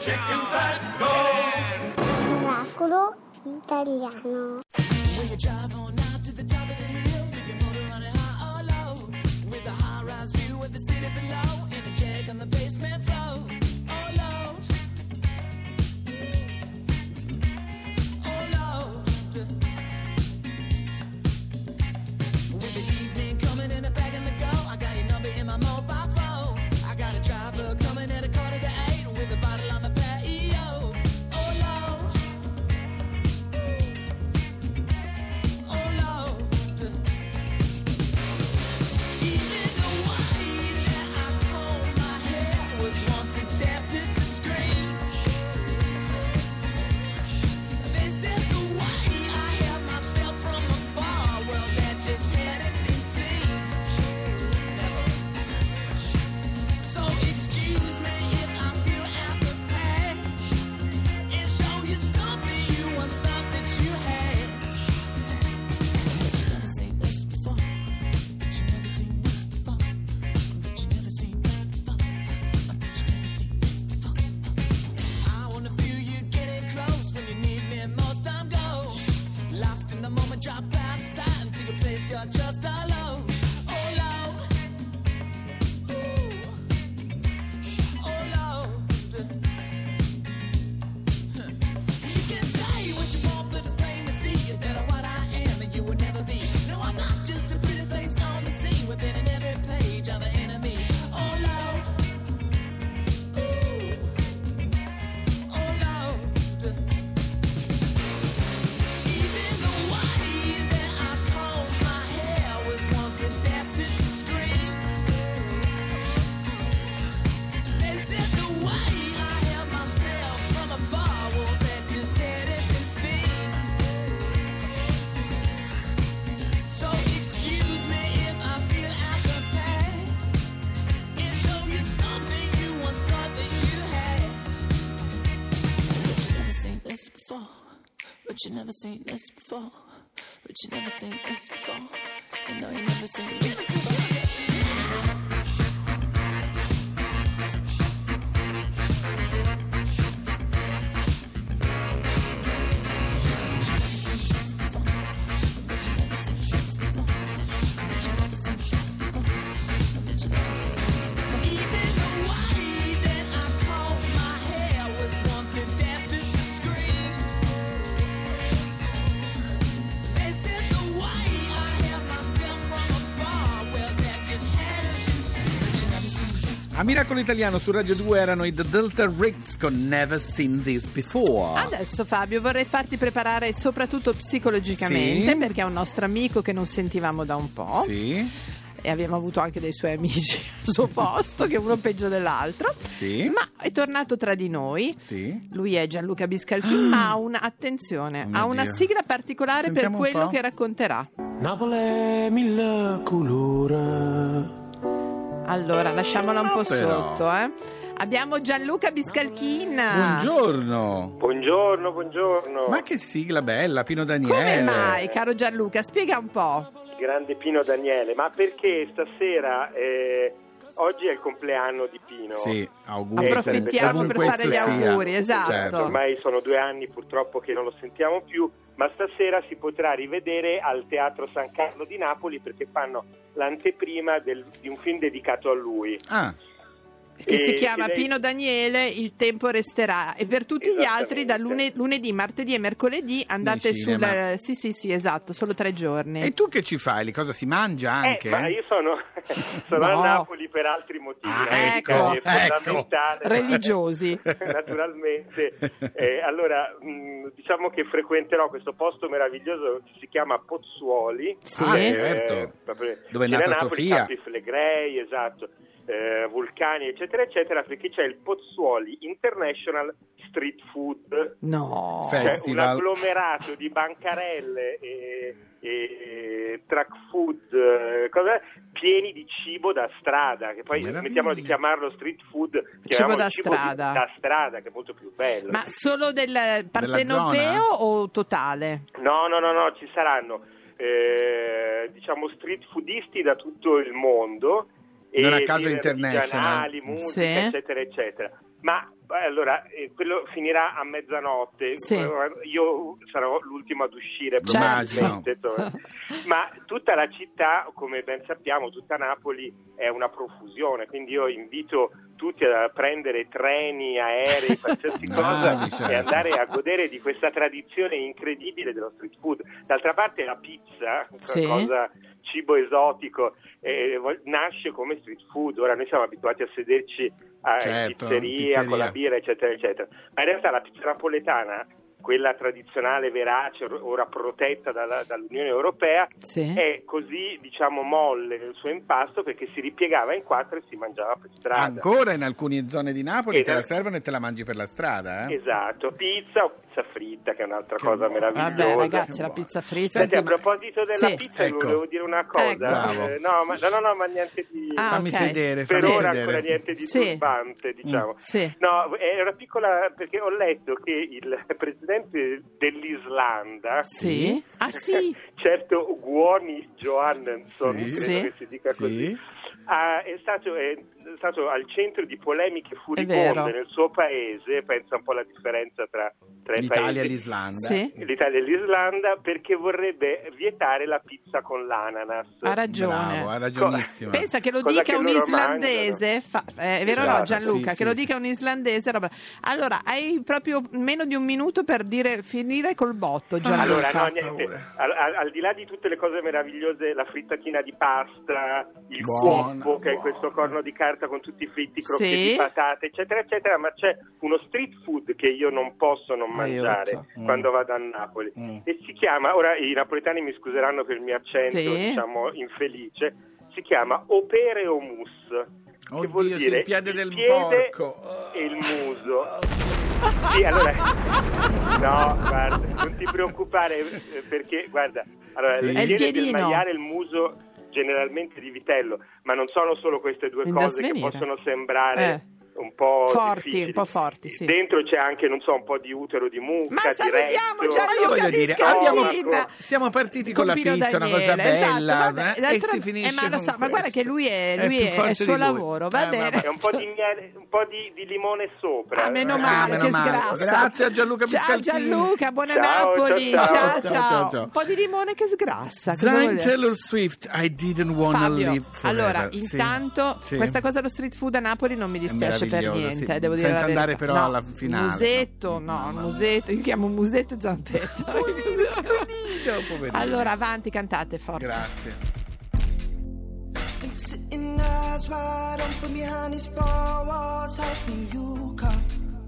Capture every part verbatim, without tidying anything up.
chicken fat, go! Oracolo italiano. But you never seen this before. But you never seen this before. I know you never seen this before. A Miracolo Italiano su Radio due erano i The Delta Riggs con Never Seen This Before. Adesso Fabio vorrei farti preparare soprattutto psicologicamente, sì, perché è un nostro amico che non sentivamo da un po'. Sì. E abbiamo avuto anche dei suoi amici al suo posto, che uno peggio dell'altro. Sì. Ma è tornato tra di noi. Sì. Lui è Gianluca Biscalchin, ma ha una, attenzione, Oh ha una Dio. sigla particolare Sentiamo per un quello po'. che racconterà. Napoli mille colore. Allora, lasciamola un No, po' però. sotto, eh. Abbiamo Gianluca Biscalchin. Buongiorno. Buongiorno, buongiorno. Ma che sigla bella, Pino Daniele. Come mai, caro Gianluca? Spiega un po'. Grande Pino Daniele, ma perché stasera, eh, oggi è il compleanno di Pino. Sì, auguri. Approfittiamo Ovunque per fare gli esso sia. auguri, esatto. Certo. Ormai sono due anni purtroppo che non lo sentiamo più, ma stasera si potrà rivedere al Teatro San Carlo di Napoli perché fanno l'anteprima del, di un film dedicato a lui. Ah, Che E si chiama direi- Pino Daniele, Il tempo resterà. E per tutti gli altri da lune- lunedì, martedì e mercoledì andate Nei sul... cinema. Sì, sì, sì, esatto, solo tre giorni. e tu che ci fai? Lì cosa si mangia anche? Eh, ma io sono, sono No. a Napoli per altri motivi, Ah, eh, ecco, è fondamentale. Religiosi. Naturalmente. Eh, allora, mh, diciamo che frequenterò questo posto meraviglioso che si chiama Pozzuoli. Sì. Ah, eh, certo. proprio Dove è vicino a nata Napoli, Sofia. Campi Flegrei, esatto. Eh, vulcani eccetera eccetera, perché c'è il Pozzuoli International Street Food, No. Fe- cioè un Festival. agglomerato di bancarelle e, e truck food, eh, cose, pieni di cibo da strada, che poi Meraviglia. smettiamo di chiamarlo street food, Cibo chiamiamolo da cibo di- strada. da strada, che è molto più bello. Ma solo del partenopeo zona? o totale? No, no, no, no, ci saranno eh, diciamo street foodisti da tutto il mondo. Non e a caso dealer International. artigianali, musica, Sì. eccetera, eccetera. Ma allora, eh, quello finirà a mezzanotte. Sì. Io sarò l'ultimo ad uscire, Certo. probabilmente. Ma tutta la città, come ben sappiamo, tutta Napoli è una profusione, quindi io invito tutti a prendere treni, aerei, qualsiasi cosa Bravi, certo. e andare a godere di questa tradizione incredibile dello street food. D'altra parte la pizza, Sì. cosa cibo esotico, eh, nasce come street food. Ora noi siamo abituati a sederci a Certo, pizzeria, pizzeria. con la birra, eccetera, eccetera. Ma in realtà la pizza napoletana, quella tradizionale, verace, ora protetta dalla, dall'Unione Europea, Sì. è così, diciamo, molle nel suo impasto perché si ripiegava in quattro e si mangiava per strada. Ancora in alcune zone di Napoli te la Esatto. servono e te la mangi per la strada, eh? Esatto, pizza o pizza fritta, che è un'altra Che cosa buono. meravigliosa. Vabbè, ragazzi, Che la buono. pizza fritta. Senti, a ma- proposito della Sì. pizza, Ecco. volevo dire una cosa. Ecco. Bravo. Eh, no, ma, no, no, no, ma niente di... Ah, Fammi ok. sedere, per fammi ora sedere. ancora niente di Sì. turbante, diciamo. Sì. No, è una piccola, perché ho letto che il presidente dell'Islanda, Sì? Ah, sì? certo Guoni Johannesson, Sì. credo Sì. che si dica così, Sì. ha- è, stato, è stato al centro di polemiche furibonde vero. nel suo paese. Pensa un po' alla differenza tra, tra i L'Italia e paesi. l'Islanda. Sì. L'Italia e l'Islanda, perché vorrebbe vietare la pizza con l'ananas. Ha ragione. Bravo, ha ragionissimo. Pensa che lo Cosa dica che un loro islandese, fa- eh, è vero o no, Esatto, Gianluca? sì, che lo sì, dica sì. un islandese. Roba. Allora, hai proprio meno di un minuto per dire finire col botto, Gianluca. Allora, no, niente. paura. Al, al- al di là di tutte le cose meravigliose, la frittatina di pasta, il Buona, cuoppo, che è buona. questo corno di carta con tutti i fritti, crocchetti Sì. di patate, eccetera, eccetera, ma c'è uno street food che io non posso non mangiare Aiuto. Mm. quando vado a Napoli. Mm. E si chiama, ora i napoletani mi scuseranno per il mio accento, Sì. diciamo, infelice, si chiama opere o mus. Che Oddio, vuol sì, dire il piede del piede porco. e il muso. Sì, allora, no, guarda, non ti preoccupare, eh, perché, guarda, allora, Sì. il È il piede del piedino. maiale e il muso generalmente di vitello, ma non sono solo queste due Da cose che svenire. possono sembrare Eh. un po' Forti, difficili. un po' forti, sì. Dentro c'è anche, non so, un po' di utero di mucca, Ma di salutiamo retto. Gianluca Ma io voglio dire, Biscardina. abbiamo- siamo partiti con, la Pino pizza, una cosa Daniele, esatto, bella, vabbè, eh, e d'altro- si finisce eh, ma lo con so, ma guarda questo. che lui è, È lui più è, forte è di suo lui. lavoro, va Eh, bene. vabbè. È un po' di miele, un po' di, di limone sopra. Ah, meno Eh, male, meno che male. sgrassa. Grazie a Gianluca Ciao Biscalchini. Gianluca, buona Ciao, Napoli. ciao, Ciao, ciao. ciao. Ciao, ciao, ciao. Un po' di limone che sgrassa. cosa Dai, vuol dire? Taylor Swift, I didn't wanna Fabio, live forever. allora, Sì. intanto Sì. questa cosa dello street food a Napoli non mi dispiace per meraviglioso, niente, sì. devo dire Senza la andare verità. però No, alla finale. Musetto, no, musetto, io chiamo musetto e zampetta. Poverino. Allora, avanti, cantate, forza. Grazie. Been sitting eyes wide open behind these four walls, hoping you come.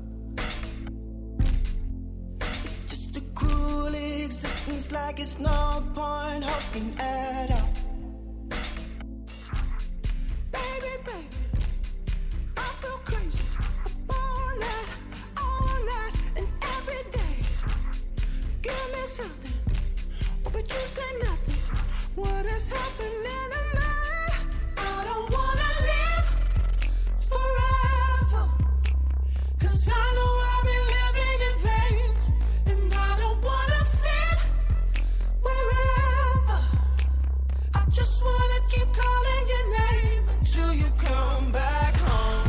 It's just a cruel existence, like it's no point hoping at all. Baby, baby, I feel crazy up all night, all night, and every day. Give me something, oh, but you say nothing. What is happening to me? I don't wanna live forever, 'cause I know I've been living in vain, and I don't wanna fit wherever. I just wanna keep calling your name until you come back home.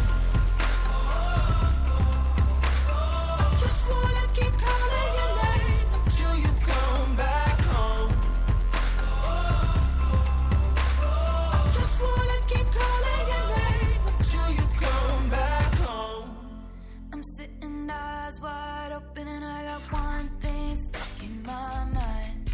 I just wanna keep calling your name until you come back home. I just wanna keep calling your name until you come back home. I'm sitting eyes wide open and I got one thing stuck in my mind.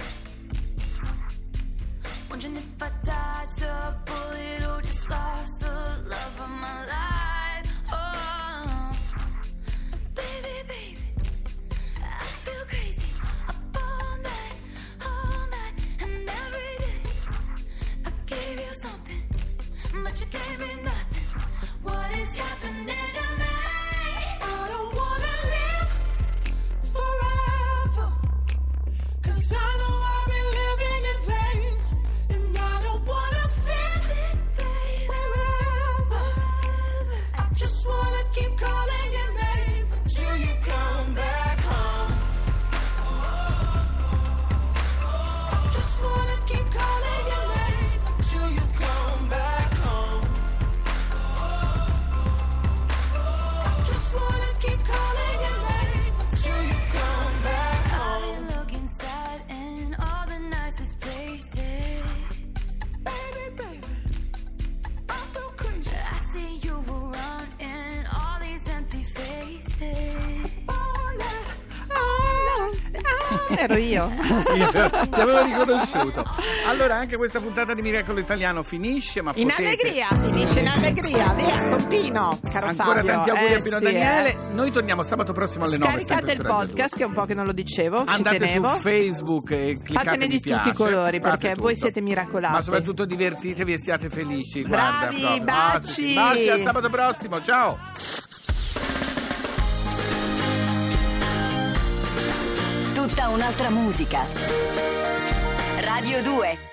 Wondering if I dodged a bullet or just lost the love of my life. Oh, baby, baby, I feel crazy up all night, all night, and every day. I gave you something, but you gave me nothing. What is happening to me? I don't wanna live forever, 'cause I know I've been living in vain, and I don't wanna fit wherever. Ero io. Sì, ti avevo riconosciuto. Allora, anche questa puntata di Miracolo Italiano finisce, ma In potete... allegria, finisce in allegria. Via, con Pino, caro Ancora Fabio. tanti auguri Eh, a Pino sì, Daniele. eh. Noi torniamo sabato prossimo alle nove. Scaricate il podcast, che è un po' che non lo dicevo. Andate ci tenevo. su Facebook e cliccate Fatene mi di piace. tutti i colori, Fate perché voi tutto. siete miracolati. Ma soprattutto divertitevi e siate felici. Bravi, Guarda, proprio. baci. Baci, a sabato prossimo. Ciao. Tutta un'altra musica. Radio due.